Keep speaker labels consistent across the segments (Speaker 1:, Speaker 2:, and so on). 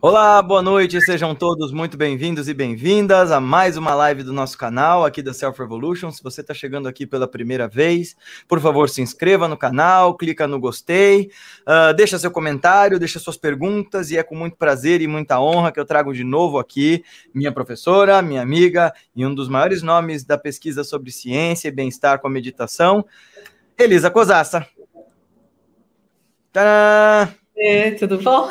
Speaker 1: Olá, boa noite, sejam todos muito bem-vindos e bem-vindas a mais uma live do nosso canal aqui da Self Revolution. Se você está chegando aqui pela primeira vez, por favor, se inscreva no canal, clica no gostei, deixa seu comentário, deixa suas perguntas e é com muito prazer e muita honra que eu trago de novo aqui minha professora, minha amiga e um dos maiores nomes da pesquisa sobre ciência e bem-estar com a meditação, Elisa Cosassa. Tadã!
Speaker 2: Tudo bom?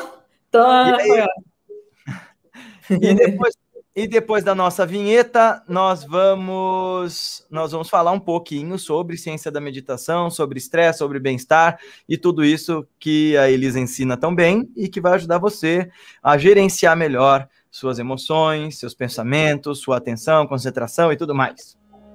Speaker 1: E depois da nossa vinheta, nós vamos falar um pouquinho sobre ciência da meditação, sobre estresse, sobre bem-estar e tudo isso que a Elisa ensina tão bem e que vai ajudar você a gerenciar melhor suas emoções, seus pensamentos, sua atenção, concentração e tudo mais.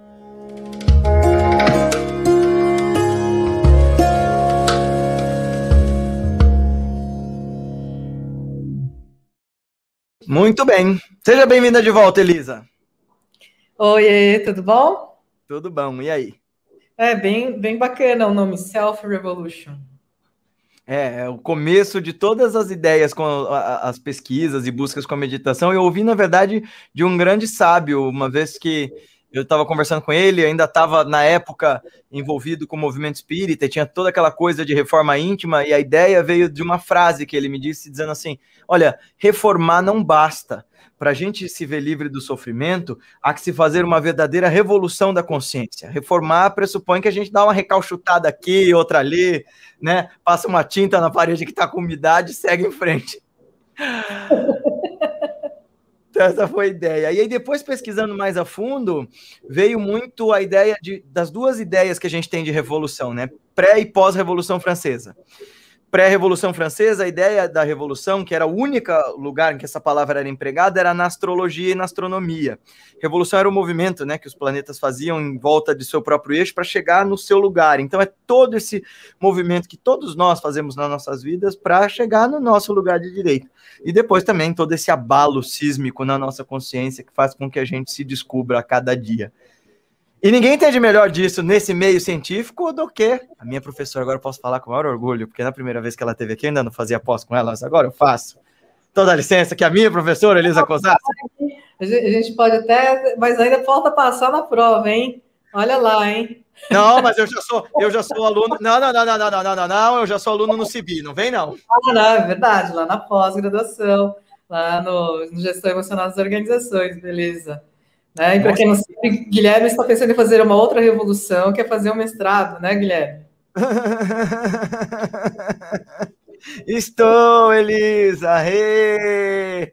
Speaker 1: Muito bem. Seja bem-vinda de volta, Elisa.
Speaker 2: Oi, tudo bom?
Speaker 1: Tudo bom, e aí?
Speaker 2: Bem bacana o nome, Self Revolution.
Speaker 1: É o começo de todas as ideias com as pesquisas e buscas com a meditação. Eu ouvi, na verdade, de um grande sábio, uma vez que eu estava conversando com ele, ainda estava, na época, envolvido com o movimento espírita, e tinha toda aquela coisa de reforma íntima, e a ideia veio de uma frase que ele me disse, dizendo assim, olha, reformar não basta. Para a gente se ver livre do sofrimento, há que se fazer uma verdadeira revolução da consciência. Reformar pressupõe que a gente dá uma recalchutada aqui, outra ali, né? Passa uma tinta na parede que está com umidade e segue em frente. Essa foi a ideia. E aí, depois, pesquisando mais a fundo, veio muito a ideia das duas ideias que a gente tem de revolução, né? Pré- e pós-Revolução Francesa. Pré-Revolução Francesa, a ideia da revolução, que era o único lugar em que essa palavra era empregada, era na astrologia e na astronomia. Revolução era o movimento, né, que os planetas faziam em volta de seu próprio eixo para chegar no seu lugar. Então é todo esse movimento que todos nós fazemos nas nossas vidas para chegar no nosso lugar de direito. E depois também todo esse abalo sísmico na nossa consciência que faz com que a gente se descubra a cada dia. E ninguém entende melhor disso nesse meio científico do que a minha professora. Agora eu posso falar com o maior orgulho, porque na primeira vez que ela esteve aqui eu ainda não fazia pós com ela, mas agora eu faço. Então dá licença que a minha professora, Elisa Cosassa.
Speaker 2: A gente pode até, mas ainda falta passar na prova, hein? Olha lá, hein?
Speaker 1: Não, mas eu já sou aluno. Não, eu já sou aluno no CIB, não vem não.
Speaker 2: Não, é verdade, lá na pós-graduação, lá no Gestão Emocional das Organizações, beleza. Né? E para quem não sabe, Guilherme está pensando em fazer uma outra revolução, que é fazer um mestrado, né, Guilherme?
Speaker 1: Estou, Elisa! Hey!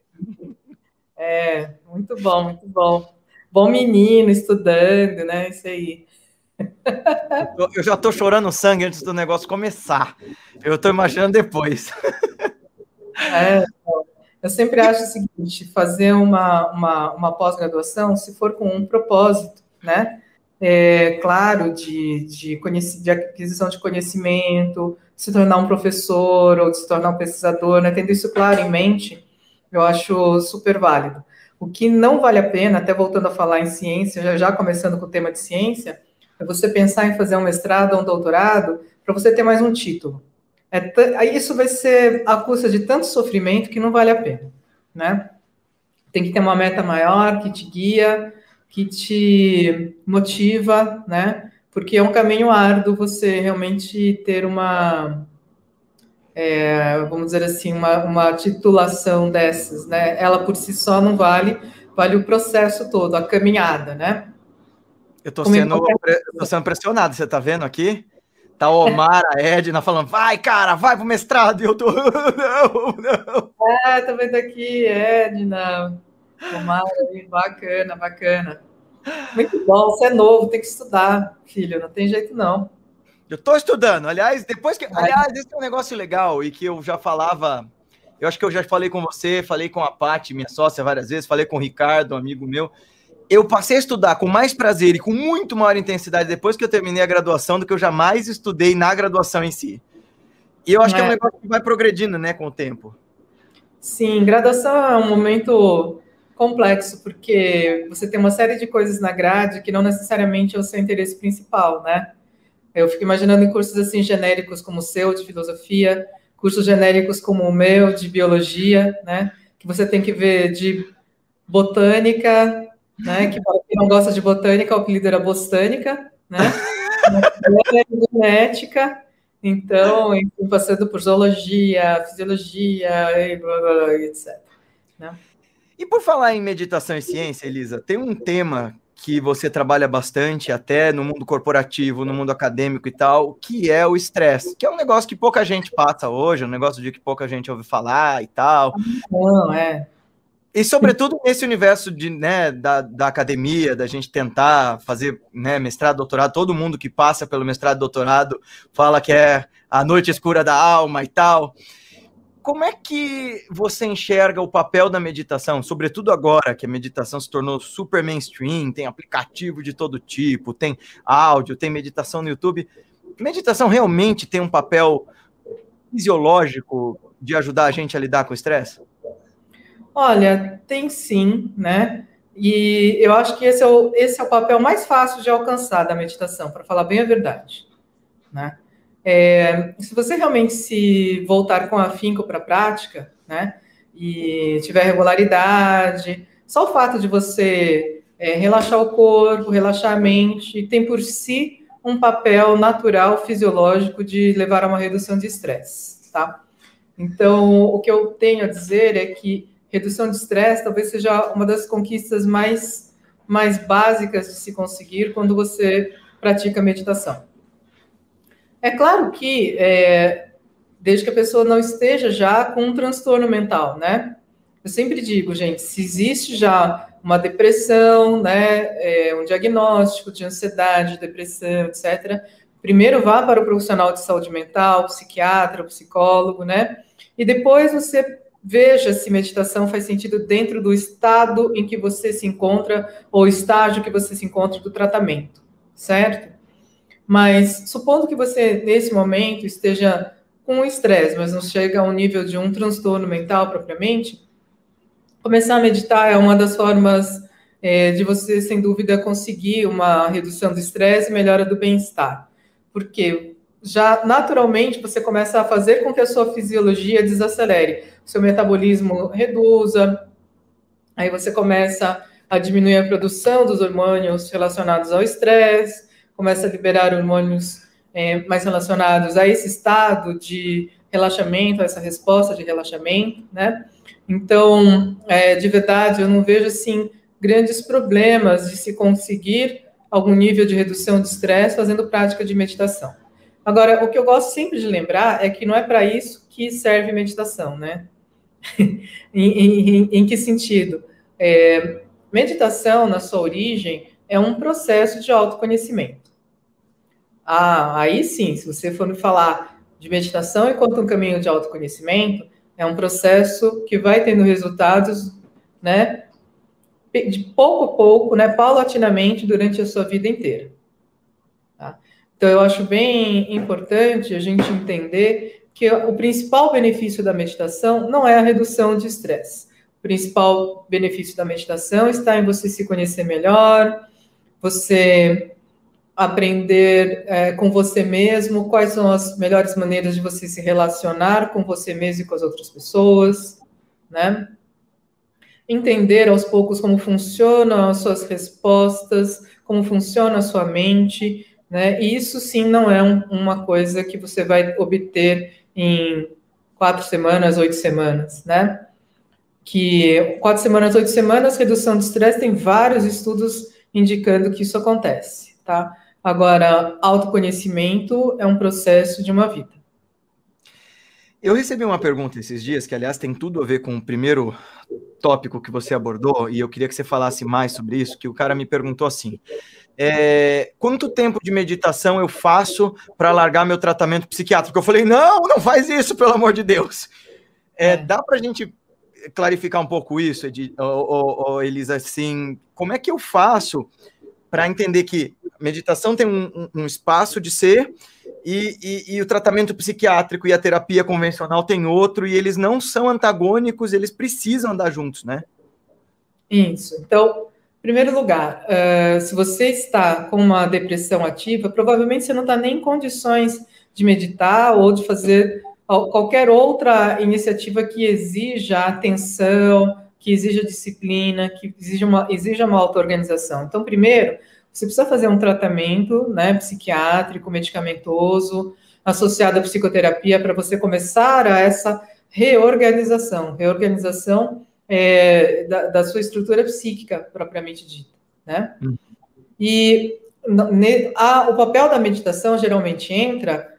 Speaker 2: Muito bom, muito bom. Bom menino, estudando, né? Isso aí.
Speaker 1: Eu já estou chorando sangue antes do negócio começar. Eu estou imaginando depois.
Speaker 2: Eu sempre acho o seguinte, fazer uma pós-graduação, se for com um propósito, né? Claro, de aquisição de conhecimento, se tornar um professor ou de se tornar um pesquisador, né? Tendo isso claro em mente, eu acho super válido. O que não vale a pena, até voltando a falar em ciência, já começando com o tema de ciência, é você pensar em fazer um mestrado ou um doutorado para você ter mais um título. Isso vai ser à custa de tanto sofrimento que não vale a pena, né? Tem que ter uma meta maior que te guia, que te motiva, né? Porque é um caminho árduo você realmente ter vamos dizer assim, uma titulação dessas, né? Ela por si só não vale o processo todo, a caminhada, né?
Speaker 1: Eu tô sendo pressionado, você tá vendo aqui? Tá o Omar, a Edna falando, vai, cara, vai pro mestrado. E eu tô, não.
Speaker 2: Tá vendo aqui, Edna, Omar, bacana. Muito bom, você é novo, tem que estudar, filho, não tem jeito não.
Speaker 1: Eu tô estudando, aliás, esse é um negócio legal e que eu já falava, eu acho que eu já falei com você, falei com a Paty, minha sócia, várias vezes, falei com o Ricardo, um amigo meu. Eu passei a estudar com mais prazer e com muito maior intensidade depois que eu terminei a graduação do que eu jamais estudei na graduação em si. E eu acho que é um negócio que vai progredindo, né, com o tempo.
Speaker 2: Sim, graduação é um momento complexo, porque você tem uma série de coisas na grade que não necessariamente é o seu interesse principal, né? Eu fico imaginando em cursos assim genéricos como o seu, de filosofia, cursos genéricos como o meu, de biologia, né? que você tem que ver de botânica, né? Que para quem não gosta de botânica, o apelido era bostânica, né? Genética, então, enfim, passando por zoologia, fisiologia, e blá, blá, blá, etc. Né?
Speaker 1: E por falar em meditação e ciência, Elisa, tem um tema que você trabalha bastante, até no mundo corporativo, no mundo acadêmico e tal, que é o estresse, que é um negócio que pouca gente passa hoje, um negócio de que pouca gente ouve falar e tal.
Speaker 2: Não, é.
Speaker 1: E, sobretudo, nesse universo de, né, da academia, da gente tentar fazer, né, mestrado, doutorado, todo mundo que passa pelo mestrado, doutorado, fala que é a noite escura da alma e tal. Como é que você enxerga o papel da meditação, sobretudo agora que a meditação se tornou super mainstream, tem aplicativo de todo tipo, tem áudio, tem meditação no YouTube. Meditação realmente tem um papel fisiológico de ajudar a gente a lidar com o estresse?
Speaker 2: Olha, tem sim, né? E eu acho que esse é o papel mais fácil de alcançar da meditação, para falar bem a verdade, né? Se você realmente se voltar com afinco para a prática, né? E tiver regularidade, só o fato de você relaxar o corpo, relaxar a mente, tem por si um papel natural, fisiológico de levar a uma redução de estresse, tá? Então, o que eu tenho a dizer é que redução de estresse talvez seja uma das conquistas mais básicas de se conseguir quando você pratica meditação. É claro que, desde que a pessoa não esteja já com um transtorno mental, né? Eu sempre digo, gente, se existe já uma depressão, né, um diagnóstico de ansiedade, depressão, etc., primeiro vá para o profissional de saúde mental, psiquiatra, psicólogo, né? E depois você veja se meditação faz sentido dentro do estado em que você se encontra ou estágio que você se encontra do tratamento, certo? Mas supondo que você, nesse momento, esteja com estresse, mas não chega ao nível de um transtorno mental propriamente, começar a meditar é uma das formas de você, sem dúvida, conseguir uma redução do estresse e melhora do bem-estar. Porque já naturalmente você começa a fazer com que a sua fisiologia desacelere, o seu metabolismo reduza, aí você começa a diminuir a produção dos hormônios relacionados ao estresse, começa a liberar hormônios mais relacionados a esse estado de relaxamento, a essa resposta de relaxamento, né? Então, de verdade, eu não vejo, assim, grandes problemas de se conseguir algum nível de redução de estresse fazendo prática de meditação. Agora, o que eu gosto sempre de lembrar é que não é para isso que serve meditação, né? Em que sentido? Meditação, na sua origem, é um processo de autoconhecimento. Aí sim, se você for me falar de meditação enquanto um caminho de autoconhecimento, é um processo que vai tendo resultados, né, de pouco a pouco, né, paulatinamente durante a sua vida inteira. Tá? Então, eu acho bem importante a gente entender que o principal benefício da meditação não é a redução de estresse. O principal benefício da meditação está em você se conhecer melhor, você aprender com você mesmo, quais são as melhores maneiras de você se relacionar com você mesmo e com as outras pessoas, né? Entender aos poucos como funcionam as suas respostas, como funciona a sua mente, né? E isso sim não é uma coisa que você vai obter em 4 semanas, 8 semanas, né? Que 4 semanas, 8 semanas, redução de estresse, tem vários estudos indicando que isso acontece, tá? Agora, autoconhecimento é um processo de uma vida.
Speaker 1: Eu recebi uma pergunta esses dias, que aliás tem tudo a ver com o primeiro tópico que você abordou, e eu queria que você falasse mais sobre isso, que o cara me perguntou assim, quanto tempo de meditação eu faço para largar meu tratamento psiquiátrico? Eu falei, não faz isso, pelo amor de Deus. Dá para a gente clarificar um pouco isso, Elisa, assim, como é que eu faço para entender que meditação tem um espaço de ser e o tratamento psiquiátrico e a terapia convencional tem outro, e eles não são antagônicos, eles precisam andar juntos, né?
Speaker 2: Isso. Então, em primeiro lugar, se você está com uma depressão ativa, provavelmente você não está nem em condições de meditar ou de fazer qualquer outra iniciativa que exija atenção, que exija disciplina, que exija uma auto-organização. Então, primeiro, você precisa fazer um tratamento, né, psiquiátrico, medicamentoso, associado à psicoterapia, para você começar a essa reorganização da sua estrutura psíquica, propriamente dita, né? E o papel da meditação geralmente entra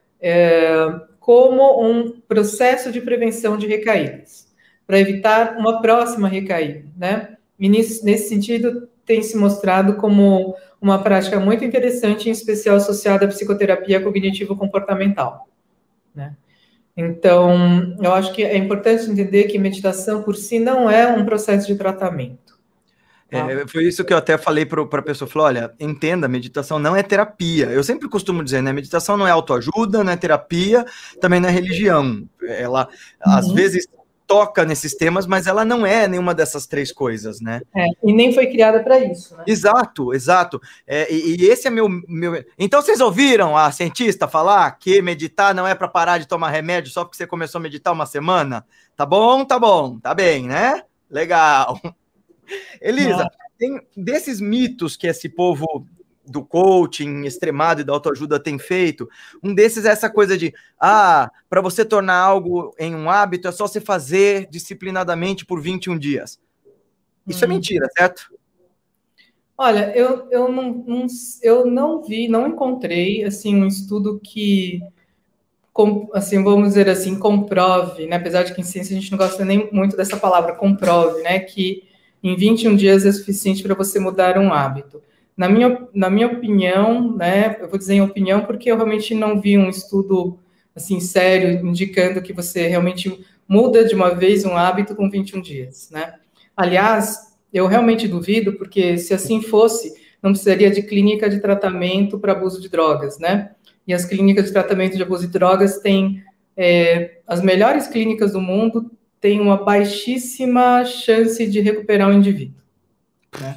Speaker 2: como um processo de prevenção de recaídas, para evitar uma próxima recaída, né? E nesse sentido, tem se mostrado como uma prática muito interessante, em especial associada à psicoterapia cognitivo-comportamental, né? Então, eu acho que é importante entender que meditação por si não é um processo de tratamento. Tá?
Speaker 1: Foi isso que eu até falei para a pessoa, falou, olha, entenda, meditação não é terapia. Eu sempre costumo dizer, né, meditação não é autoajuda, não é terapia, também não é religião. Ela, às vezes, toca nesses temas, mas ela não é nenhuma dessas três coisas, né?
Speaker 2: E nem foi criada para isso, né?
Speaker 1: Exato, exato. E esse é meu... Então, vocês ouviram a cientista falar que meditar não é para parar de tomar remédio só porque você começou a meditar uma semana? Tá bom, tá bem, né? Legal. Elisa, tem desses mitos que esse povo do coaching extremado e da autoajuda tem feito, um desses é essa coisa de, para você tornar algo em um hábito, é só você fazer disciplinadamente por 21 dias. Isso é mentira, certo?
Speaker 2: Olha, eu não encontrei, assim, um estudo que, assim, vamos dizer assim, comprove, né? Apesar de que em ciência a gente não gosta nem muito dessa palavra, comprove, né? Que em 21 dias é suficiente para você mudar um hábito. Na minha opinião, né, eu vou dizer em opinião porque eu realmente não vi um estudo assim sério indicando que você realmente muda de uma vez um hábito com 21 dias, né? Aliás, eu realmente duvido, porque se assim fosse, não precisaria de clínica de tratamento para abuso de drogas, né? E as clínicas de tratamento de abuso de drogas têm as melhores clínicas do mundo têm uma baixíssima chance de recuperar o indivíduo, né?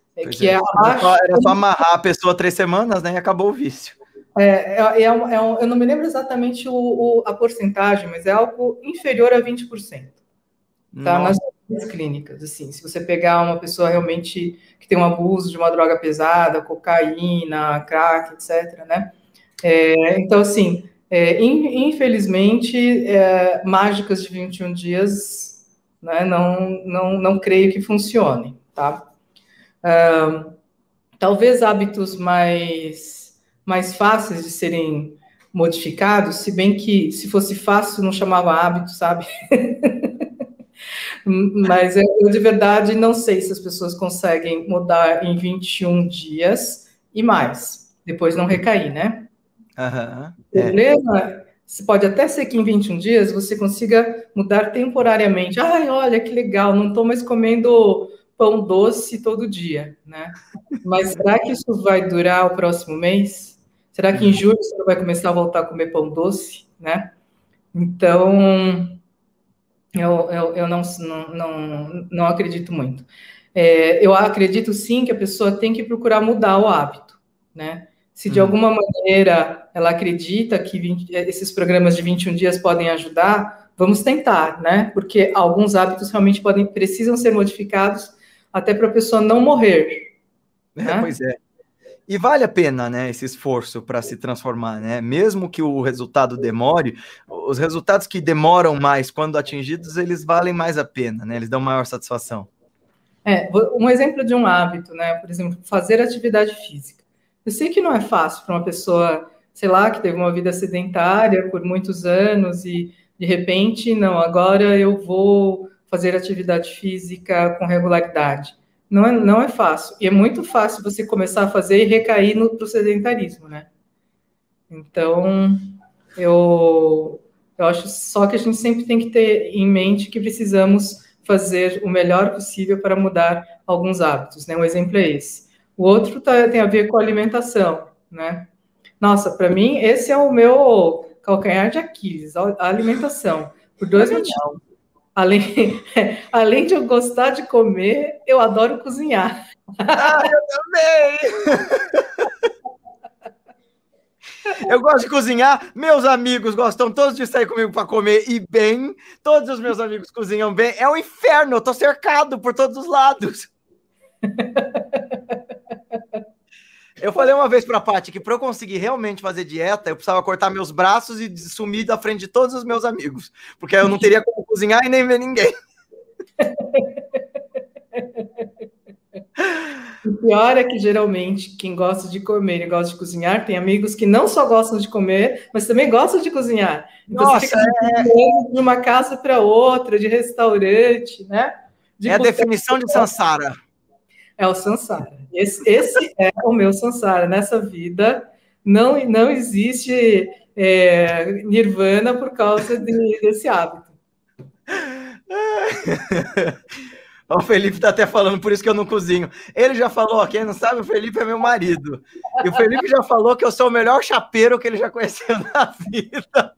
Speaker 1: Era só amarrar a pessoa 3 semanas, né? E acabou o vício.
Speaker 2: Eu não me lembro exatamente a porcentagem, mas é algo inferior a 20%. Tá? Nas clínicas, assim, se você pegar uma pessoa realmente que tem um abuso de uma droga pesada, cocaína, crack, etc., né? Então, assim, infelizmente, mágicas de 21 dias, né, não creio que funcionem, tá? Talvez hábitos mais fáceis de serem modificados, se bem que, se fosse fácil, não chamava hábito, sabe? Mas eu, de verdade, não sei se as pessoas conseguem mudar em 21 dias e mais, depois não recair, né? O problema, pode até ser que em 21 dias você consiga mudar temporariamente. Olha, que legal, não estou mais comendo pão doce todo dia, né? Mas será que isso vai durar o próximo mês? Será que em julho você vai começar a voltar a comer pão doce, né? Então, eu não acredito muito. Eu acredito, sim, que a pessoa tem que procurar mudar o hábito, né? Se de alguma maneira ela acredita que esses programas de 21 dias podem ajudar, vamos tentar, né? Porque alguns hábitos realmente precisam ser modificados até para a pessoa não morrer. Né?
Speaker 1: Pois é. E vale a pena, né, esse esforço para se transformar, né? Mesmo que o resultado demore, os resultados que demoram mais, quando atingidos, eles valem mais a pena, né? Eles dão maior satisfação.
Speaker 2: Um exemplo de um hábito, né? Por exemplo, fazer atividade física. Eu sei que não é fácil para uma pessoa, sei lá, que teve uma vida sedentária por muitos anos e, de repente, não, agora eu vou fazer atividade física com regularidade. Não é fácil. E é muito fácil você começar a fazer e recair no sedentarismo, né? Então, eu acho só que a gente sempre tem que ter em mente que precisamos fazer o melhor possível para mudar alguns hábitos, né? Um exemplo é esse. O outro tem a ver com a alimentação, né? Nossa, para mim, esse é o meu calcanhar de Aquiles, a alimentação, por 2 motivos. Além de eu gostar de comer, eu adoro cozinhar.
Speaker 1: Eu também! Eu gosto de cozinhar, meus amigos gostam todos de sair comigo para comer e bem, todos os meus amigos cozinham bem, é um inferno, eu tô cercado por todos os lados. Eu falei uma vez para a Paty que para eu conseguir realmente fazer dieta, eu precisava cortar meus braços e sumir da frente de todos os meus amigos, porque aí eu não teria como cozinhar e nem ver ninguém.
Speaker 2: O pior é que, geralmente, quem gosta de comer e gosta de cozinhar, tem amigos que não só gostam de comer, mas também gostam de cozinhar. Então,
Speaker 1: Nossa,
Speaker 2: você fica de uma casa para outra, de restaurante, né?
Speaker 1: É a definição de Sansara.
Speaker 2: É o Sansara. Esse é o meu Sansara. Nessa vida, não existe nirvana por causa desse hábito.
Speaker 1: O Felipe tá até falando, por isso que eu não cozinho. Ele já falou, quem não sabe, o Felipe é meu marido. E o Felipe já falou que eu sou o melhor chapeiro que ele já conheceu na vida.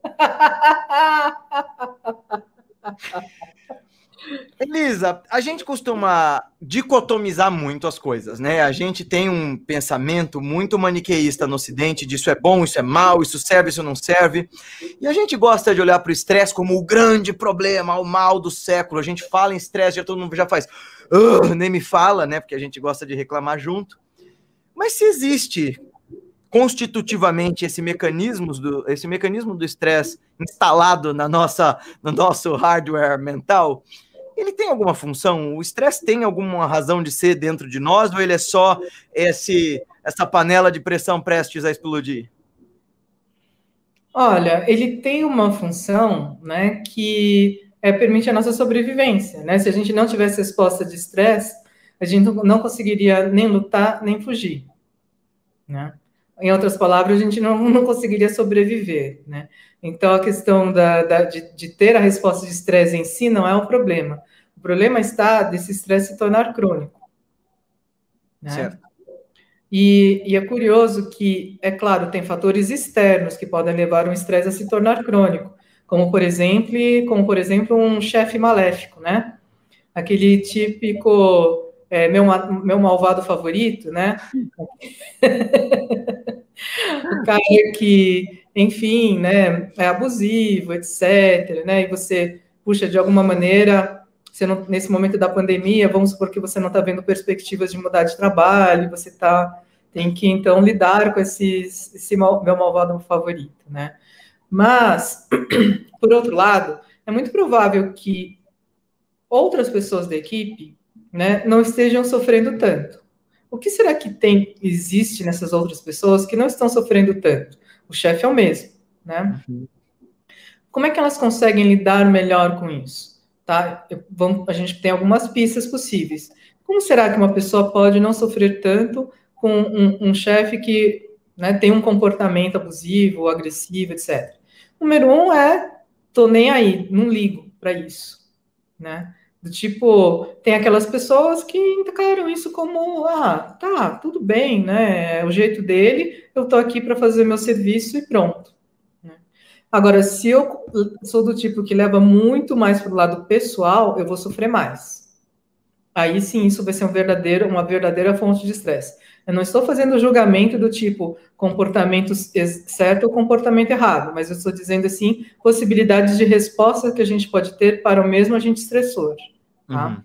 Speaker 1: Elisa, a gente costuma dicotomizar muito as coisas, né? A gente tem um pensamento muito maniqueísta no Ocidente, de isso é bom, isso é mal, isso serve, isso não serve. E a gente gosta de olhar para o estresse como o grande problema, o mal do século. A gente fala em estresse, todo mundo já faz, nem me fala, né? Porque a gente gosta de reclamar junto. Mas se existe constitutivamente esse mecanismo do estresse instalado no nosso hardware mental, ele tem alguma função? O estresse tem alguma razão de ser dentro de nós ou ele é só essa panela de pressão prestes a explodir?
Speaker 2: Olha, ele tem uma função, né, que permite a nossa sobrevivência, né? Se a gente não tivesse resposta de estresse, a gente não conseguiria nem lutar, nem fugir, né? Em outras palavras, a gente não conseguiria sobreviver, né? Então, a questão de ter a resposta de estresse em si não é um problema. O problema está desse estresse se tornar crônico, né?
Speaker 1: Certo.
Speaker 2: E é curioso que, é claro, tem fatores externos que podem levar um estresse a se tornar crônico, como por exemplo, um chefe maléfico, né? Aquele típico meu malvado favorito, né? O cara que, enfim, né, é abusivo, etc., né? E você, puxa, de alguma maneira, você não, nesse momento da pandemia, vamos supor que você não está vendo perspectivas de mudar de trabalho, você tem que, então, lidar com esse meu malvado favorito, né? Mas, por outro lado, é muito provável que outras pessoas da equipe, né, não estejam sofrendo tanto. O que será que existe nessas outras pessoas que não estão sofrendo tanto? O chefe é o mesmo, né? Uhum. Como é que elas conseguem lidar melhor com isso? Tá? A gente tem algumas pistas possíveis. Como será que uma pessoa pode não sofrer tanto com um chefe que, né, tem um comportamento abusivo, agressivo, etc. Número 1 tô nem aí, não ligo para isso, né? Do tipo, tem aquelas pessoas que encaram isso como, tá, tudo bem, né? É o jeito dele, eu tô aqui para fazer meu serviço e pronto. Né? Agora, se eu sou do tipo que leva muito mais para o lado pessoal, eu vou sofrer mais. Aí sim, isso vai ser uma verdadeira fonte de estresse. Eu não estou fazendo julgamento do tipo comportamento certo ou comportamento errado, mas eu estou dizendo assim, possibilidades de resposta que a gente pode ter para o mesmo agente estressor. Tá?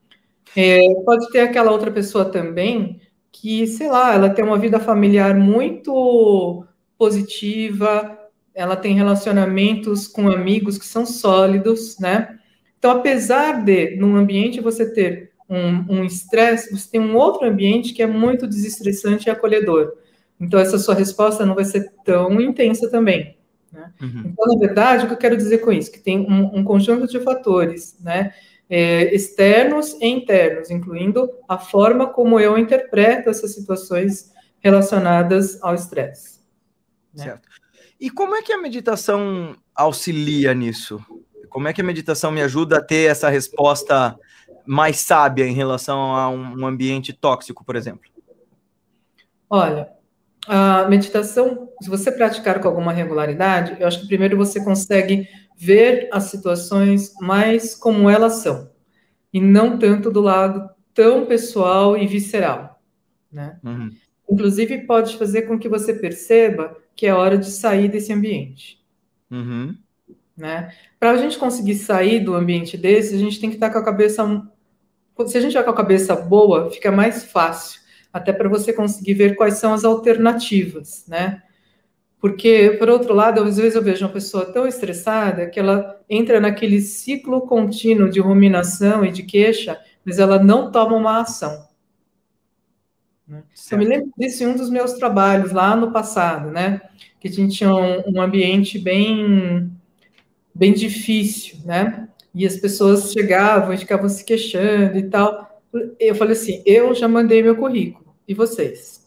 Speaker 2: Uhum. Pode ter aquela outra pessoa também que, sei lá, ela tem uma vida familiar muito positiva, ela tem relacionamentos com amigos que são sólidos, né? Então, apesar de, num ambiente, você ter um estresse, você tem um outro ambiente que é muito desestressante e acolhedor. Então, essa sua resposta não vai ser tão intensa também. Né? Uhum. Então, na verdade, o que eu quero dizer com isso? Que tem um conjunto de fatores, né? Externos e internos, incluindo a forma como eu interpreto essas situações relacionadas ao estresse.
Speaker 1: Né? Certo. E como é que a meditação auxilia nisso? Como é que a meditação me ajuda a ter essa resposta mais sábia em relação a um ambiente tóxico, por exemplo?
Speaker 2: Olha, a meditação, se você praticar com alguma regularidade, eu acho que primeiro você consegue ver as situações mais como elas são, e não tanto do lado tão pessoal e visceral, né? Uhum. Inclusive, pode fazer com que você perceba que é hora de sair desse ambiente.
Speaker 1: Uhum.
Speaker 2: Né? Para a gente conseguir sair do ambiente desse, a gente tem que estar com a cabeça... Se a gente está com a cabeça boa, fica mais fácil, até para você conseguir ver quais são as alternativas, né? Porque, por outro lado, às vezes eu vejo uma pessoa tão estressada que ela entra naquele ciclo contínuo de ruminação e de queixa, mas ela não toma uma ação. Né? Eu me lembro disso em um dos meus trabalhos lá no passado, né? Que a gente tinha um ambiente bem difícil, né? E as pessoas chegavam e ficavam se queixando e tal. Eu falei assim, eu já mandei meu currículo, e vocês?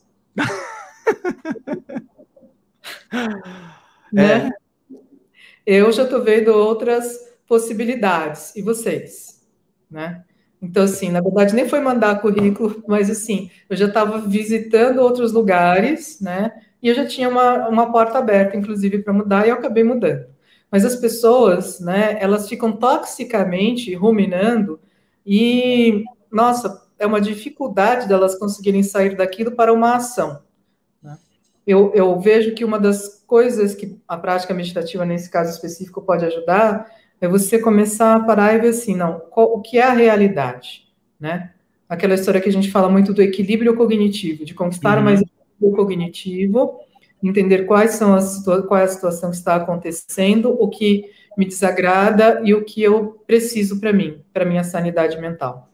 Speaker 2: Né? Eu já estou vendo outras possibilidades, e vocês? Né? Então, assim, na verdade, nem foi mandar currículo, mas, assim, eu já estava visitando outros lugares, né? E eu já tinha uma porta aberta, inclusive, para mudar, e eu acabei mudando. Mas as pessoas, né, elas ficam toxicamente ruminando e, nossa, é uma dificuldade delas conseguirem sair daquilo para uma ação. Né? Eu vejo que uma das coisas que a prática meditativa, nesse caso específico, pode ajudar é você começar a parar e ver assim, não, o que é a realidade, né? Aquela história que a gente fala muito do equilíbrio cognitivo, de conquistar mais equilíbrio cognitivo, entender qual é a situação que está acontecendo, o que me desagrada e o que eu preciso para mim, para minha sanidade mental.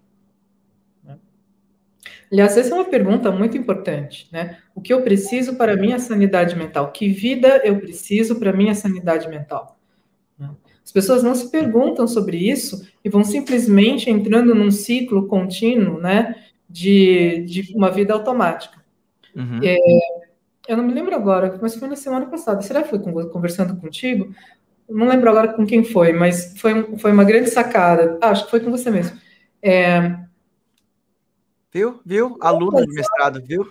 Speaker 2: Aliás, essa é uma pergunta muito importante, né? O que eu preciso para a minha sanidade mental? Que vida eu preciso para a minha sanidade mental? As pessoas não se perguntam sobre isso e vão simplesmente entrando num ciclo contínuo, né, de uma vida automática.
Speaker 1: Uhum.
Speaker 2: Eu não me lembro agora, mas foi na semana passada. Será que foi conversando contigo? Não lembro agora com quem foi, mas foi uma grande sacada. Acho que foi com você mesmo.
Speaker 1: Viu? Aluna de mestrado, viu?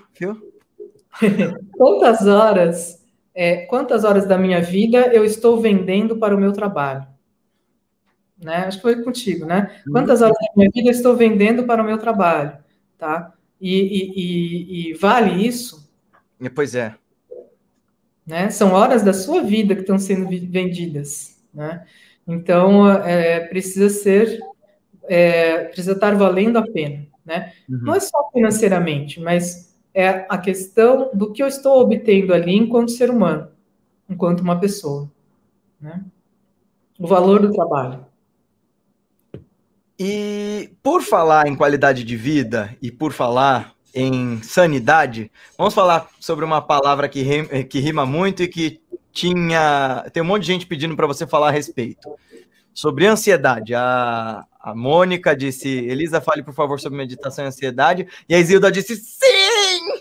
Speaker 2: Quantas horas da minha vida eu estou vendendo para o meu trabalho? Né? Acho que foi contigo, né? Quantas horas da minha vida eu estou vendendo para o meu trabalho? Tá? E vale isso?
Speaker 1: Pois é.
Speaker 2: Né? São horas da sua vida que estão sendo vendidas. Né? Então, precisa estar valendo a pena. Né? Não é só financeiramente, mas é a questão do que eu estou obtendo ali enquanto ser humano, enquanto uma pessoa. Né? O valor do trabalho.
Speaker 1: E por falar em qualidade de vida e por falar em sanidade, vamos falar sobre uma palavra que rima muito e que tem um monte de gente pedindo para você falar a respeito. Sobre ansiedade. A Mônica disse, Elisa, fale por favor sobre meditação e ansiedade. E a Isilda disse, sim!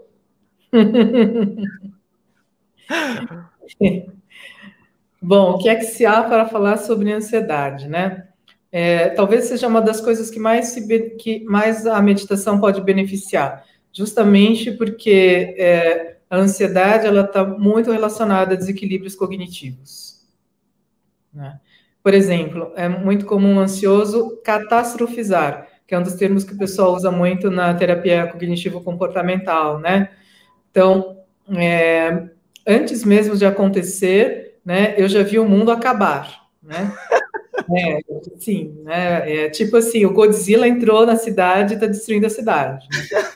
Speaker 2: Bom, o que é que se há para falar sobre ansiedade, né? Talvez seja uma das coisas que mais a meditação pode beneficiar, justamente porque a ansiedade ela está muito relacionada a desequilíbrios cognitivos. Né? Por exemplo, é muito comum o ansioso catastrofizar, que é um dos termos que o pessoal usa muito na terapia cognitivo-comportamental, né? Então, antes mesmo de acontecer, né, eu já vi o mundo acabar, né? Sim, né? Tipo assim, o Godzilla entrou na cidade e está destruindo a cidade.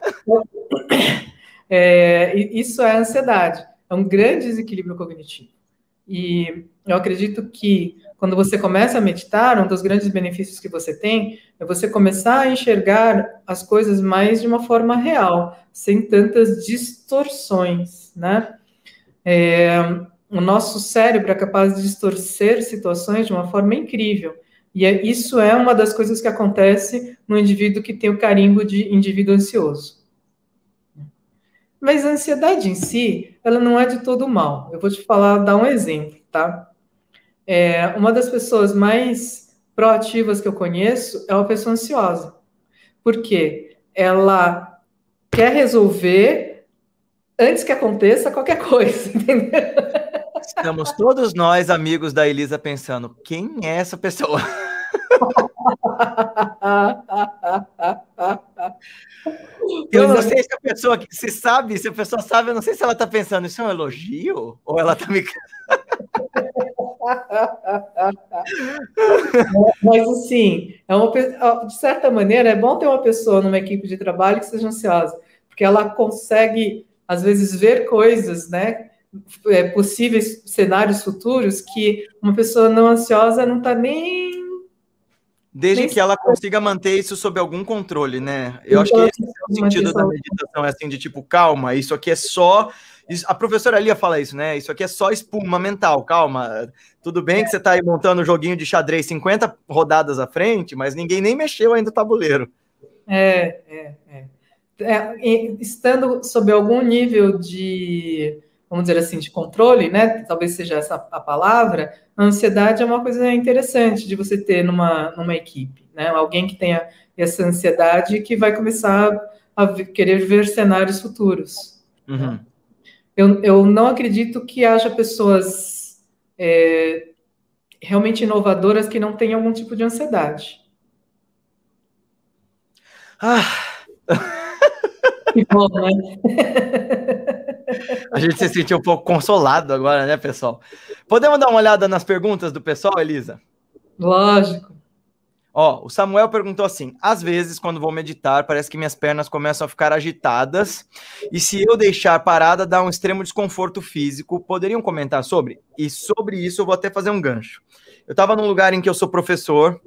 Speaker 2: Né? Isso é ansiedade, é um grande desequilíbrio cognitivo. E eu acredito que quando você começa a meditar, um dos grandes benefícios que você tem é você começar a enxergar as coisas mais de uma forma real, sem tantas distorções, né? O nosso cérebro é capaz de distorcer situações de uma forma incrível. E isso é uma das coisas que acontece no indivíduo que tem o carimbo de indivíduo ansioso. Mas a ansiedade em si, ela não é de todo mal. Eu vou te dar um exemplo, tá? Uma das pessoas mais proativas que eu conheço é uma pessoa ansiosa. Por quê? Ela quer resolver antes que aconteça qualquer coisa, entendeu?
Speaker 1: Estamos todos nós, amigos da Elisa, pensando, quem é essa pessoa? Eu não sei se a pessoa se sabe, se a pessoa sabe, eu não sei se ela está pensando, isso é um elogio? Ou ela está me...
Speaker 2: Mas, assim, de certa maneira, é bom ter uma pessoa numa equipe de trabalho que seja ansiosa, porque ela consegue, às vezes, ver coisas, né? Possíveis cenários futuros que uma pessoa não ansiosa não está nem...
Speaker 1: Desde que ela consiga manter isso sob algum controle, né? Eu acho que esse é o sentido da meditação, é assim, de tipo, calma, isso aqui é só... A professora Lia fala isso, né? Isso aqui é só espuma mental, calma. Tudo bem que você está aí montando um joguinho de xadrez 50 rodadas à frente, mas ninguém nem mexeu ainda o tabuleiro.
Speaker 2: Estando sob algum nível de, vamos dizer assim, de controle, né? Talvez seja essa a palavra. A ansiedade é uma coisa interessante de você ter numa equipe, né? Alguém que tenha essa ansiedade que vai começar a querer ver cenários futuros.
Speaker 1: Uhum.
Speaker 2: Né? Eu não acredito que haja pessoas realmente inovadoras que não tenham algum tipo de ansiedade. Que bom, né?
Speaker 1: A gente se sentiu um pouco consolado agora, né, pessoal? Podemos dar uma olhada nas perguntas do pessoal, Elisa?
Speaker 2: Lógico.
Speaker 1: Ó, o Samuel perguntou assim: às vezes, quando vou meditar, parece que minhas pernas começam a ficar agitadas, e se eu deixar parada, dá um extremo desconforto físico. Poderiam comentar sobre? E sobre isso eu vou até fazer um gancho. Eu estava num lugar em que eu sou professor,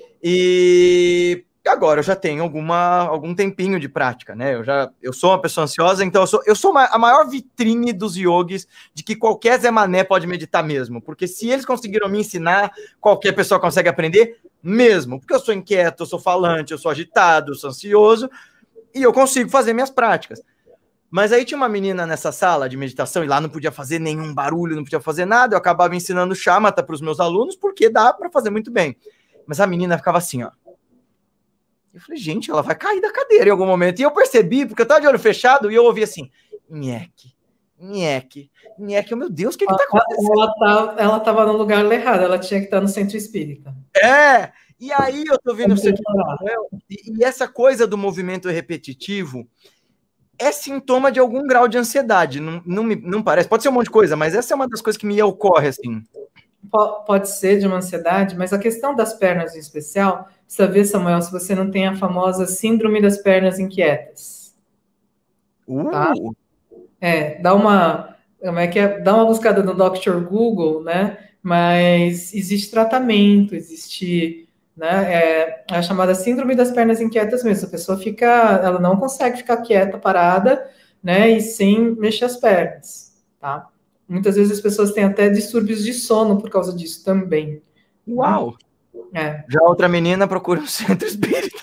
Speaker 1: e agora eu já tenho algum tempinho de prática, né? Eu sou uma pessoa ansiosa, então eu sou a maior vitrine dos yogis de que qualquer Zé Mané pode meditar mesmo, porque se eles conseguiram me ensinar, qualquer pessoa consegue aprender mesmo, porque eu sou inquieto, eu sou falante, eu sou agitado, eu sou ansioso, e eu consigo fazer minhas práticas. Mas aí tinha uma menina nessa sala de meditação, e lá não podia fazer nenhum barulho, não podia fazer nada, eu acabava ensinando shamatha para os meus alunos, porque dá para fazer muito bem. Mas a menina ficava assim, ó. Eu falei, gente, ela vai cair da cadeira em algum momento. E eu percebi, porque eu estava de olho fechado, e eu ouvi assim, nheque, nheque, nheque. Meu Deus, o que está acontecendo?
Speaker 2: Ela estava no lugar errado, ela tinha que estar no centro espírita.
Speaker 1: E aí eu tô vendo você, e essa coisa do movimento repetitivo é sintoma de algum grau de ansiedade, não parece? Pode ser um monte de coisa, mas essa é uma das coisas que me ocorre, assim.
Speaker 2: Pode ser de uma ansiedade, mas a questão das pernas em especial, precisa ver, Samuel, se você não tem a famosa síndrome das pernas inquietas. Tá? Dá uma buscada no Dr. Google, né? Mas existe tratamento, existe, né? A chamada síndrome das pernas inquietas mesmo. A pessoa ela não consegue ficar quieta, parada, né? E sem mexer as pernas, tá? Muitas vezes as pessoas têm até distúrbios de sono por causa disso também.
Speaker 1: Uau! Né? Já outra menina procura um centro espírita.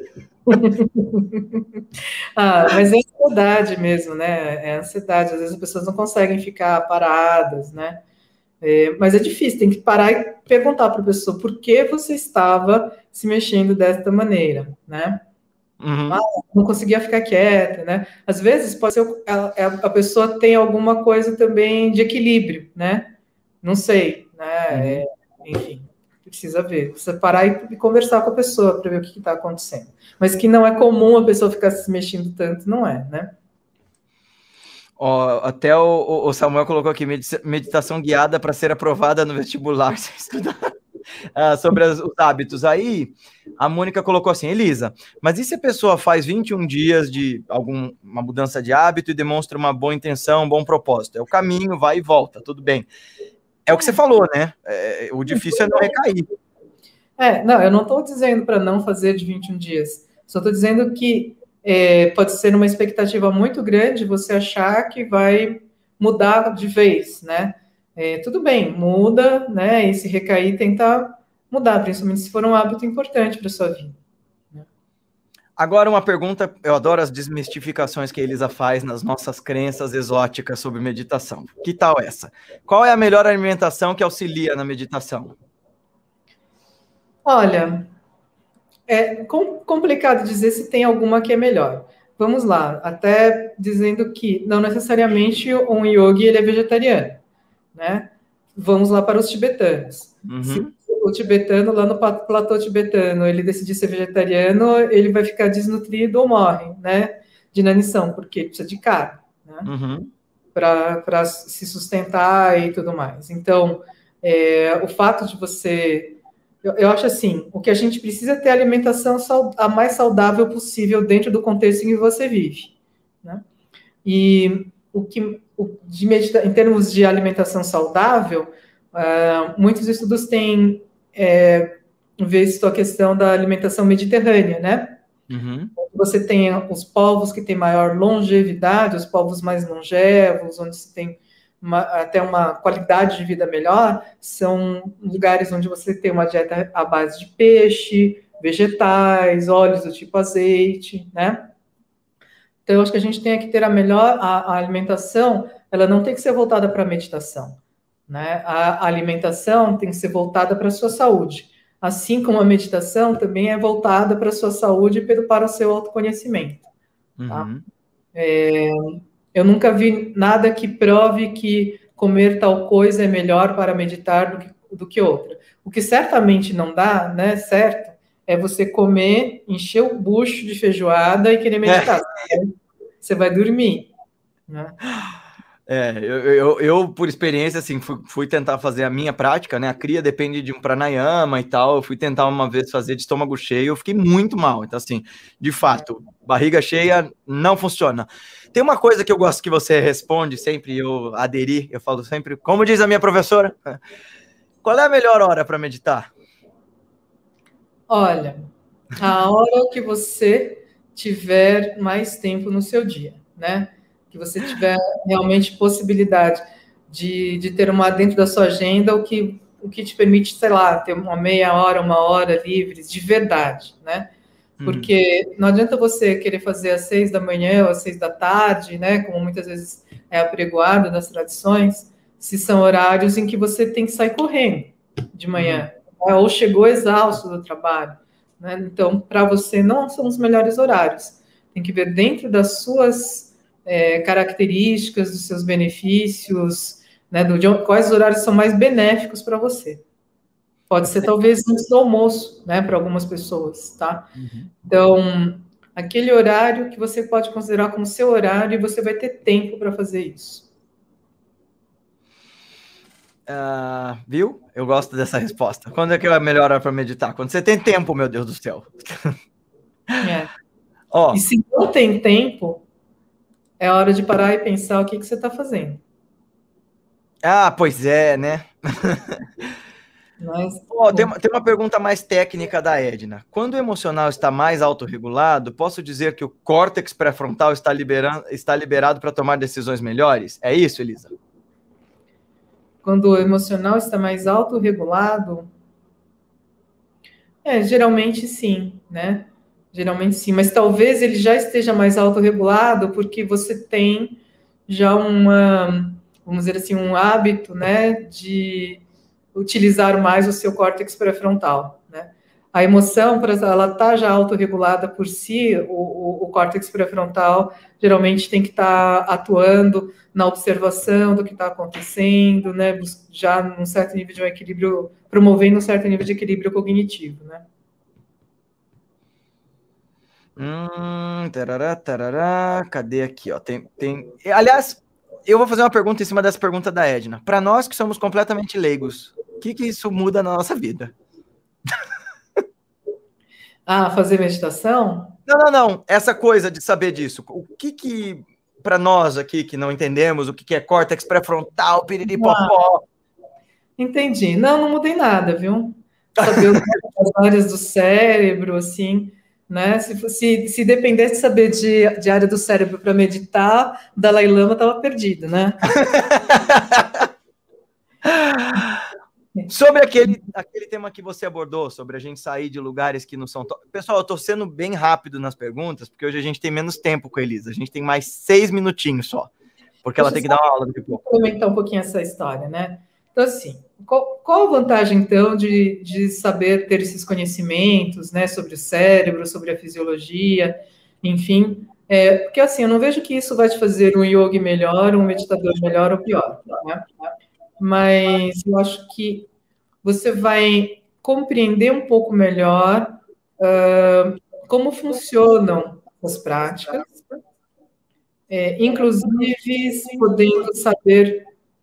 Speaker 2: Mas é ansiedade mesmo, né? É ansiedade. Às vezes as pessoas não conseguem ficar paradas, né? Mas é difícil, tem que parar e perguntar para a pessoa por que você estava se mexendo desta maneira, né?
Speaker 1: Uhum.
Speaker 2: Não conseguia ficar quieta, né? Às vezes pode ser a pessoa tem alguma coisa também de equilíbrio, né? Não sei, né? Enfim, precisa ver, precisa parar e conversar com a pessoa para ver o que está acontecendo. Mas que não é comum a pessoa ficar se mexendo tanto, não é, né?
Speaker 1: Até o Samuel colocou aqui, meditação guiada para ser aprovada no vestibular, sem estudar. Sobre os hábitos. Aí, a Mônica colocou assim, Elisa, mas e se a pessoa faz 21 dias de uma mudança de hábito e demonstra uma boa intenção, um bom propósito? É o caminho, vai e volta, tudo bem. É o que você falou, né? O difícil é não recair.
Speaker 2: Não, eu não estou dizendo para não fazer de 21 dias. Só estou dizendo que pode ser uma expectativa muito grande você achar que vai mudar de vez, né? Tudo bem, muda, né? E se recair, tentar mudar, principalmente se for um hábito importante para sua vida. Né?
Speaker 1: Agora uma pergunta, eu adoro as desmistificações que a Elisa faz nas nossas crenças exóticas sobre meditação. Que tal essa? Qual é a melhor alimentação que auxilia na meditação?
Speaker 2: Olha, é complicado dizer se tem alguma que é melhor. Vamos lá, até dizendo que não necessariamente um yogi ele é vegetariano, né? Vamos lá para os tibetanos.
Speaker 1: Uhum.
Speaker 2: Se o tibetano, lá no platô tibetano, ele decidir ser vegetariano, ele vai ficar desnutrido ou morre, né? de inanição, porque precisa de carne, né?
Speaker 1: Uhum.
Speaker 2: Para se sustentar e tudo mais. Então, o fato de você... Eu acho assim, o que a gente precisa é ter a alimentação a mais saudável possível dentro do contexto em que você vive, né? E em termos de alimentação saudável, muitos estudos têm visto a questão da alimentação mediterrânea, né?
Speaker 1: Uhum.
Speaker 2: Você tem os povos que têm maior longevidade, os povos mais longevos, onde se tem até uma qualidade de vida melhor, são lugares onde você tem uma dieta à base de peixe, vegetais, óleos do tipo azeite, né? Então, eu acho que a gente tem que ter a alimentação, ela não tem que ser voltada para a meditação, né? A alimentação tem que ser voltada para a sua saúde, assim como a meditação também é voltada para a sua saúde e para o seu autoconhecimento, tá?
Speaker 1: Uhum.
Speaker 2: Eu nunca vi nada que prove que comer tal coisa é melhor para meditar do que outra. O que certamente não dá, né, certo, é você comer, encher o bucho de feijoada e querer meditar. Você vai dormir, né?
Speaker 1: Eu, por experiência, assim, fui tentar fazer a minha prática, né? A cria depende de um pranayama e tal. Eu fui tentar uma vez fazer de estômago cheio, eu fiquei muito mal. Então, assim, de fato, barriga cheia não funciona. Tem uma coisa que eu gosto que você responde sempre, eu aderi, eu falo sempre, como diz a minha professora, qual é a melhor hora para meditar?
Speaker 2: Olha, a hora que você tiver mais tempo no seu dia, né? Que você tiver realmente possibilidade de ter dentro da sua agenda o que te permite, sei lá, ter uma meia hora, uma hora livres, de verdade, né? Porque não adianta você querer fazer às 6 da manhã ou às 6 da tarde, né? Como muitas vezes é apregoado nas tradições, se são horários em que você tem que sair correndo de manhã, né? Ou chegou exausto do trabalho, né? Então, para você, não são os melhores horários. Tem que ver dentro das suas características, dos seus benefícios, né? Quais horários são mais benéficos para você. Pode ser, talvez, antes do almoço, né, para algumas pessoas, tá? Então, aquele horário que você pode considerar como seu horário e você vai ter tempo para fazer isso.
Speaker 1: Viu? Eu gosto dessa resposta. Quando é que é a melhor hora para meditar? Quando você tem tempo, meu Deus do céu.
Speaker 2: E se não tem tempo, é hora de parar e pensar o que você está fazendo.
Speaker 1: Pois é, né?
Speaker 2: Mas,
Speaker 1: tem uma pergunta mais técnica da Edna. Quando o emocional está mais autorregulado, posso dizer que o córtex pré-frontal está liberado para tomar decisões melhores? É isso, Elisa?
Speaker 2: Quando o emocional está mais autorregulado, geralmente sim, né? Geralmente sim, mas talvez ele já esteja mais autorregulado porque você tem já vamos dizer assim, um hábito, né, de utilizar mais o seu córtex pré-frontal, né? A emoção, ela está já autorregulada por si, o córtex pré-frontal geralmente tem que estar atuando na observação do que está acontecendo, né, já num certo nível de um equilíbrio, promovendo um certo nível de equilíbrio cognitivo, né?
Speaker 1: Tarará, cadê aqui, ó? Aliás, eu vou fazer uma pergunta em cima dessa pergunta da Edna. Para nós que somos completamente leigos, o que isso muda na nossa vida?
Speaker 2: Fazer meditação?
Speaker 1: Não. Essa coisa de saber disso. O que para nós aqui que não entendemos o que é córtex pré-frontal, piriripopó?
Speaker 2: Entendi. Não mudei nada, viu? Saber as áreas do cérebro, assim, né? Se dependesse de saber de área do cérebro para meditar, o Dalai Lama estava perdido, né?
Speaker 1: Sobre aquele tema que você abordou, sobre a gente sair de lugares que não são... Pessoal, eu estou sendo bem rápido nas perguntas, porque hoje a gente tem menos tempo com a Elisa. A gente tem mais 6 minutinhos só, porque ela tem que dar uma aula daqui a pouco.
Speaker 2: Vou comentar um pouquinho essa história, né? Então, assim, qual a vantagem, então, de saber ter esses conhecimentos, né, sobre o cérebro, sobre a fisiologia, enfim... porque, assim, eu não vejo que isso vai te fazer um yogi melhor, um meditador melhor ou pior, né? Mas eu acho que você vai compreender um pouco melhor como funcionam as práticas, inclusive podendo saber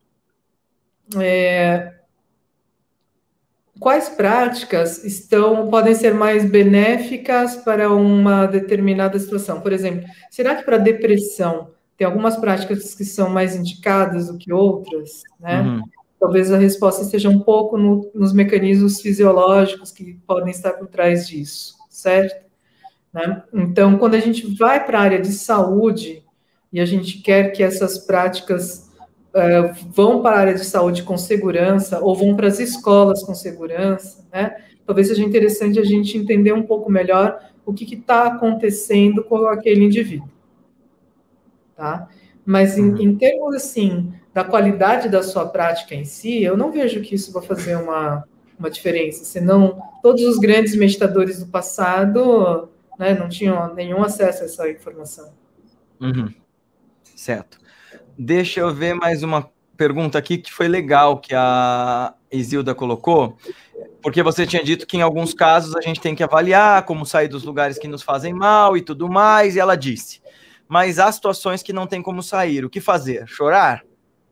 Speaker 2: quais práticas podem ser mais benéficas para uma determinada situação. Por exemplo, será que para depressão tem algumas práticas que são mais indicadas do que outras, né? Uhum. Talvez a resposta esteja um pouco nos mecanismos fisiológicos que podem estar por trás disso, certo? Né? Então, quando a gente vai para a área de saúde e a gente quer que essas práticas vão para a área de saúde com segurança ou vão para as escolas com segurança, né? Talvez seja interessante a gente entender um pouco melhor o que está acontecendo com aquele indivíduo, tá? Mas em termos, assim, da qualidade da sua prática em si, eu não vejo que isso vai fazer uma diferença, senão todos os grandes meditadores do passado, né, não tinham nenhum acesso a essa informação.
Speaker 1: Uhum. Certo. Deixa eu ver mais uma pergunta aqui que foi legal que a Isilda colocou, porque você tinha dito que em alguns casos a gente tem que avaliar como sair dos lugares que nos fazem mal e tudo mais, e ela disse, mas há situações que não tem como sair, o que fazer? Chorar?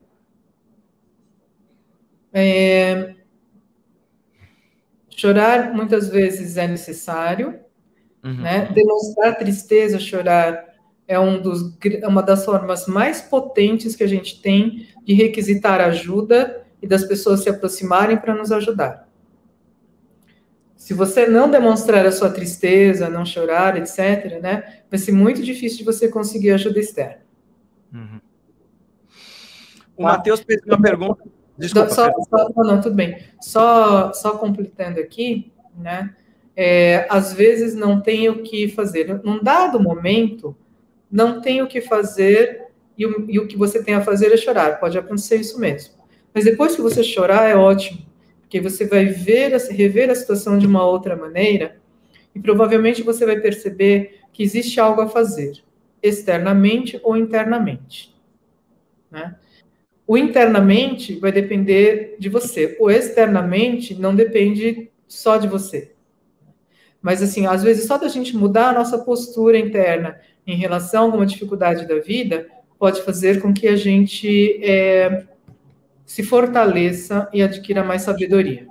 Speaker 2: Chorar muitas vezes é necessário, né? Demonstrar tristeza, chorar é uma das formas mais potentes que a gente tem de requisitar ajuda e das pessoas se aproximarem para nos ajudar. Se você não demonstrar a sua tristeza, não chorar, etc., né, vai ser muito difícil de você conseguir ajuda externa.
Speaker 1: Uhum. O Matheus fez uma pergunta. Desculpa.
Speaker 2: Não, tudo bem. Só completando aqui, né? Às vezes não tem o que fazer. Num dado momento, não tem o que fazer e o que você tem a fazer é chorar. Pode acontecer isso mesmo. Mas depois que você chorar, é ótimo, porque você vai rever a situação de uma outra maneira e provavelmente você vai perceber que existe algo a fazer, externamente ou internamente, né? O internamente vai depender de você. O externamente não depende só de você. Mas, assim, às vezes, só da gente mudar a nossa postura interna em relação a alguma dificuldade da vida, pode fazer com que a gente se fortaleça e adquira mais sabedoria.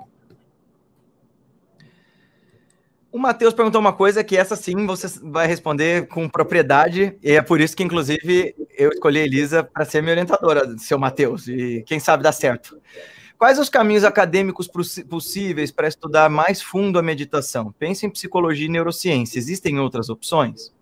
Speaker 1: O Matheus perguntou uma coisa que essa sim você vai responder com propriedade, e é por isso que, inclusive, eu escolhi a Elisa para ser minha orientadora, seu Matheus, e quem sabe dá certo. Quais os caminhos acadêmicos possíveis para estudar mais fundo a meditação? Pense em psicologia e neurociência. Existem outras opções?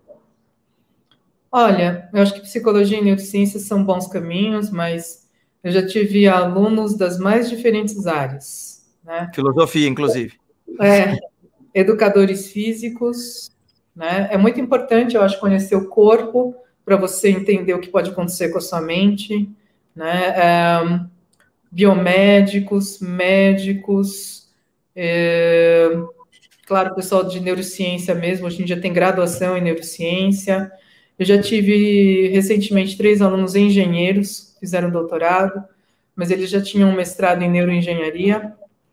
Speaker 2: Olha, eu acho que psicologia e neurociência são bons caminhos, mas eu já tive alunos das mais diferentes áreas, né?
Speaker 1: Filosofia, inclusive.
Speaker 2: Educadores físicos, né? É muito importante, eu acho, conhecer o corpo para você entender o que pode acontecer com a sua mente, né? Biomédicos, médicos, claro, o pessoal de neurociência mesmo, hoje em dia tem graduação em neurociência. Eu já tive, recentemente, 3 alunos engenheiros, fizeram doutorado, mas eles já tinham um mestrado em neuroengenharia.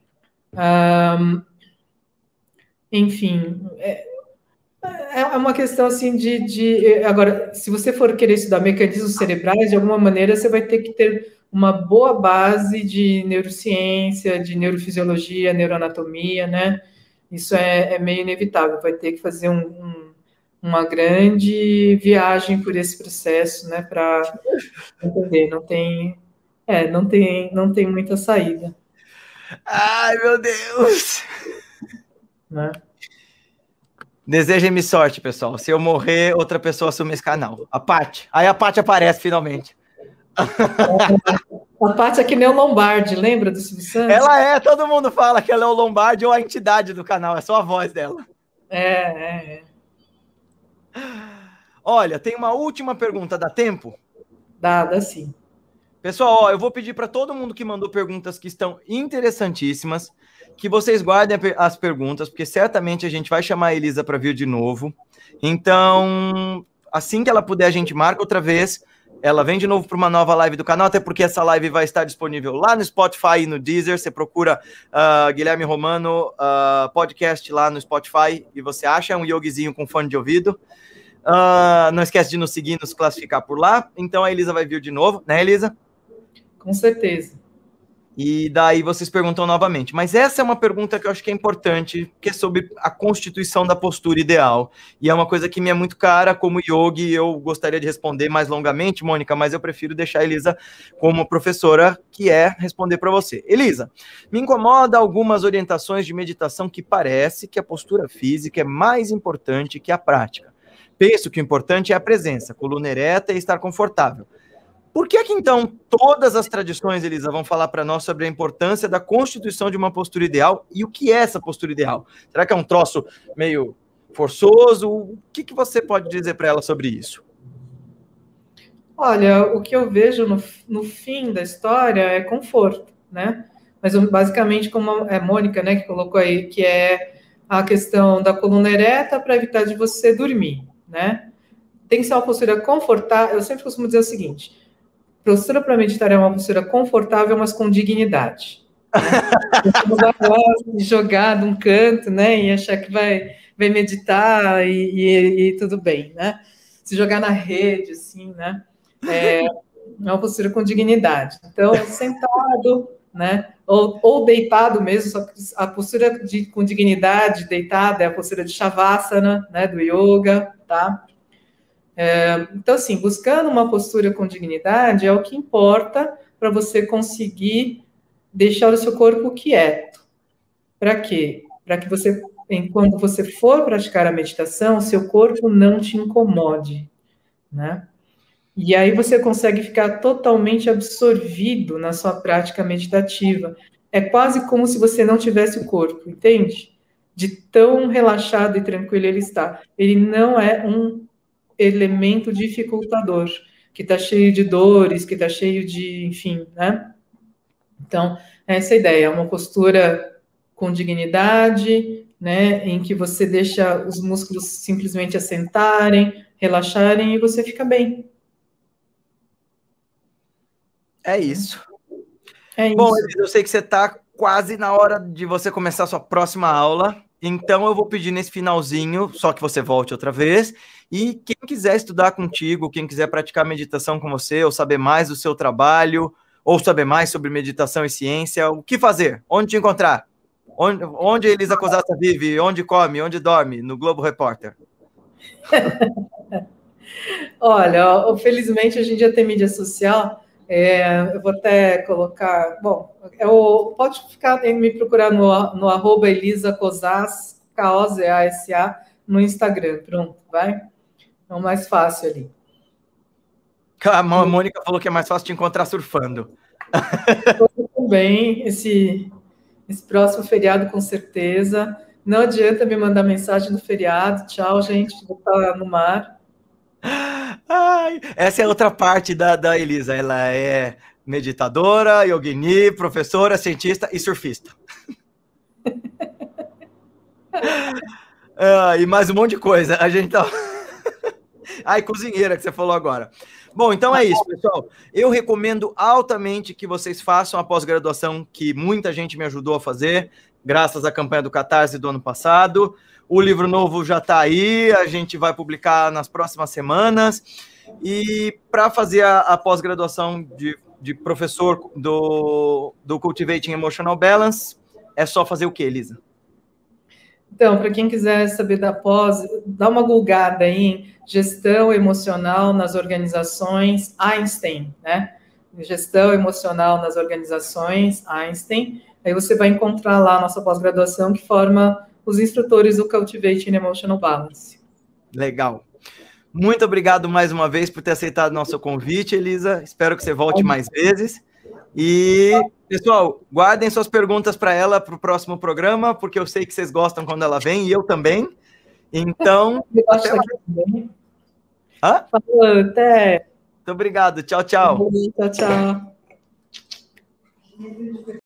Speaker 2: Enfim, é uma questão, assim, Agora, se você for querer estudar mecanismos cerebrais, de alguma maneira, você vai ter que ter uma boa base de neurociência, de neurofisiologia, neuroanatomia, né? Isso é meio inevitável, vai ter que fazer uma grande viagem por esse processo, né, para entender, não tem muita saída.
Speaker 1: Ai, meu Deus!
Speaker 2: Né?
Speaker 1: Desejem-me sorte, pessoal. Se eu morrer, outra pessoa assume esse canal. A Paty. Aí a Paty aparece, finalmente.
Speaker 2: A Paty é que nem o Lombardi, lembra do Silvio Santos?
Speaker 1: Ela todo mundo fala que ela é o Lombardi ou a entidade do canal, é só a voz dela. Olha, tem uma última pergunta, dá tempo?
Speaker 2: Dá sim.
Speaker 1: Pessoal, eu vou pedir para todo mundo que mandou perguntas que estão interessantíssimas, que vocês guardem as perguntas, porque certamente a gente vai chamar a Elisa para vir de novo. Então, assim que ela puder, a gente marca outra vez. Ela vem de novo para uma nova live do canal, até porque essa live vai estar disponível lá no Spotify e no Deezer. Você procura Guilherme Romano podcast lá no Spotify e você acha um yogizinho com fone de ouvido. Não esquece de nos seguir, nos classificar por lá. Então a Elisa vai vir de novo, né, Elisa?
Speaker 2: Com certeza.
Speaker 1: E daí vocês perguntam novamente. Mas essa é uma pergunta que eu acho que é importante, que é sobre a constituição da postura ideal. E é uma coisa que me é muito cara, como yogi, eu gostaria de responder mais longamente, Mônica, mas eu prefiro deixar a Elisa como professora, que é responder para você. Elisa, me incomoda algumas orientações de meditação que parece que a postura física é mais importante que a prática. Penso que o importante é a presença, coluna ereta e estar confortável. Por que então todas as tradições, Elisa, vão falar para nós sobre a importância da constituição de uma postura ideal e o que é essa postura ideal? Será que é um troço meio forçoso? O que você pode dizer para ela sobre isso?
Speaker 2: Olha, o que eu vejo no fim da história é conforto, né? Mas basicamente, como é Mônica, né, que colocou aí, que é a questão da coluna ereta para evitar de você dormir, né? Tem que ser uma postura confortável. Eu sempre costumo dizer o seguinte: postura para meditar é uma postura confortável, mas com dignidade. Né? Você não vai lá jogar de um canto, né, e achar que vai meditar e tudo bem, né? Se jogar na rede, assim, né? É uma postura com dignidade. Então, sentado, né? Ou deitado mesmo, só que a postura com dignidade, deitada, é a postura de Shavasana, né, do yoga, tá? Então, assim, buscando uma postura com dignidade é o que importa para você conseguir deixar o seu corpo quieto. Para quê? Para que você, quando você for praticar a meditação, seu corpo não te incomode, né? E aí você consegue ficar totalmente absorvido na sua prática meditativa. É quase como se você não tivesse o corpo, entende? De tão relaxado e tranquilo ele está. Ele não é um elemento dificultador, que está cheio de dores, que está cheio de, enfim, né? Então, essa é a ideia, é uma postura com dignidade, né, em que você deixa os músculos simplesmente assentarem, relaxarem e você fica bem.
Speaker 1: É isso.
Speaker 2: É isso.
Speaker 1: Bom, Elisa, eu sei que você está quase na hora de você começar a sua próxima aula, então eu vou pedir nesse finalzinho, só que você volte outra vez, e quem quiser estudar contigo, quem quiser praticar meditação com você, ou saber mais do seu trabalho, ou saber mais sobre meditação e ciência, o que fazer? Onde te encontrar? Onde a Elisa Cosassa vive? Onde come? Onde dorme? No Globo Repórter.
Speaker 2: Olha, felizmente hoje em dia tem mídia social. Eu vou até colocar. Bom, pode ficar me procurar no @Elisa Cosas, K-O-Z-A-S-A, no Instagram. Pronto, vai? É o mais fácil ali.
Speaker 1: A Mônica falou que é mais fácil te encontrar surfando.
Speaker 2: Também, esse próximo feriado, com certeza. Não adianta me mandar mensagem no feriado. Tchau, gente. Vou estar no mar.
Speaker 1: Ai, essa é outra parte da Elisa. Ela é meditadora, yogini, professora, cientista e surfista. E mais um monte de coisa. A gente tá... Ai, cozinheira que você falou agora. Bom, então é isso, pessoal. Eu recomendo altamente que vocês façam a pós-graduação que muita gente me ajudou a fazer, graças à campanha do Catarse do ano passado. O livro novo já está aí, a gente vai publicar nas próximas semanas. E para fazer a pós-graduação de professor do Cultivating Emotional Balance, é só fazer o quê, Elisa?
Speaker 2: Então, para quem quiser saber da pós, dá uma gulgada aí em gestão emocional nas organizações Einstein, né? Gestão emocional nas organizações Einstein. Aí você vai encontrar lá a nossa pós-graduação que forma os instrutores do Cultivating Emotional Balance.
Speaker 1: Legal. Muito obrigado mais uma vez por ter aceitado nosso convite, Elisa. Espero que você volte mais vezes. E, pessoal, guardem suas perguntas para ela para o próximo programa, porque eu sei que vocês gostam quando ela vem, e eu também. Então, até mais.
Speaker 2: Falou, até.
Speaker 1: Muito obrigado. Tchau, tchau.
Speaker 2: Tchau, tchau.